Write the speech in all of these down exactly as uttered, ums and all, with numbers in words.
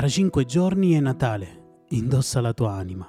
Tra cinque giorni è Natale, indossa la tua anima.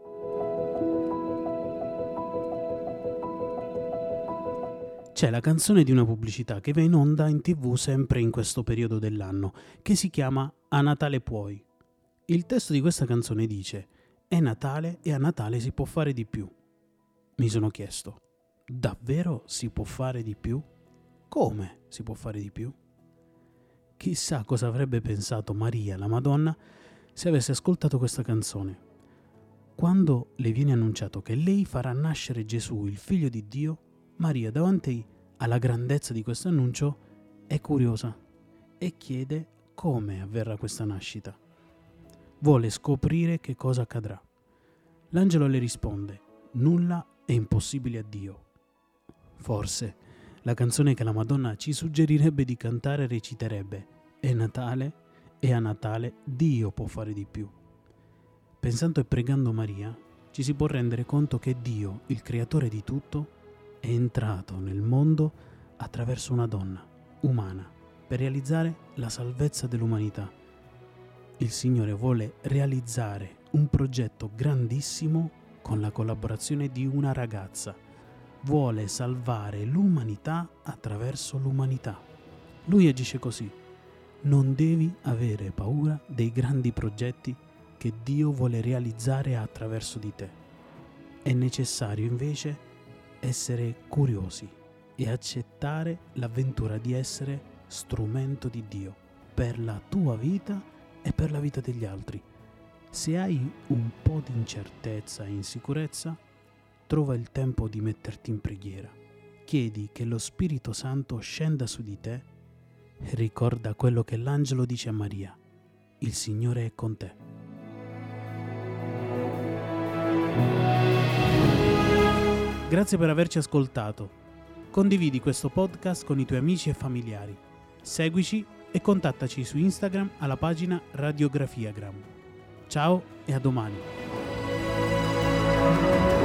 C'è la canzone di una pubblicità che va in onda in tv sempre in questo periodo dell'anno, che si chiama A Natale puoi. Il testo di questa canzone dice: è Natale e a Natale si può fare di più. Mi sono chiesto, davvero si può fare di più? Come si può fare di più? Chissà cosa avrebbe pensato Maria, la Madonna, se avesse ascoltato questa canzone. Quando le viene annunciato che lei farà nascere Gesù, il figlio di Dio, Maria, davanti alla grandezza di questo annuncio, è curiosa e chiede come avverrà questa nascita. Vuole scoprire che cosa accadrà. L'angelo le risponde: nulla è impossibile a Dio. Forse la canzone che la Madonna ci suggerirebbe di cantare reciterebbe: è Natale e a Natale Dio può fare di più. Pensando e pregando Maria, ci si può rendere conto che Dio, il creatore di tutto, è entrato nel mondo attraverso una donna umana per realizzare la salvezza dell'umanità. Il Signore vuole realizzare un progetto grandissimo con la collaborazione di una ragazza. Vuole salvare l'umanità attraverso l'umanità. Lui agisce così. Non devi avere paura dei grandi progetti che Dio vuole realizzare attraverso di te. È necessario invece essere curiosi e accettare l'avventura di essere strumento di Dio per la tua vita e per la vita degli altri. Se hai un po' di incertezza e insicurezza, trova il tempo di metterti in preghiera. Chiedi che lo Spirito Santo scenda su di te e ricorda quello che l'angelo dice a Maria: il Signore è con te. Grazie per averci ascoltato. Condividi questo podcast con i tuoi amici e familiari. Seguici e contattaci su Instagram alla pagina Radiografiagram. Ciao e a domani.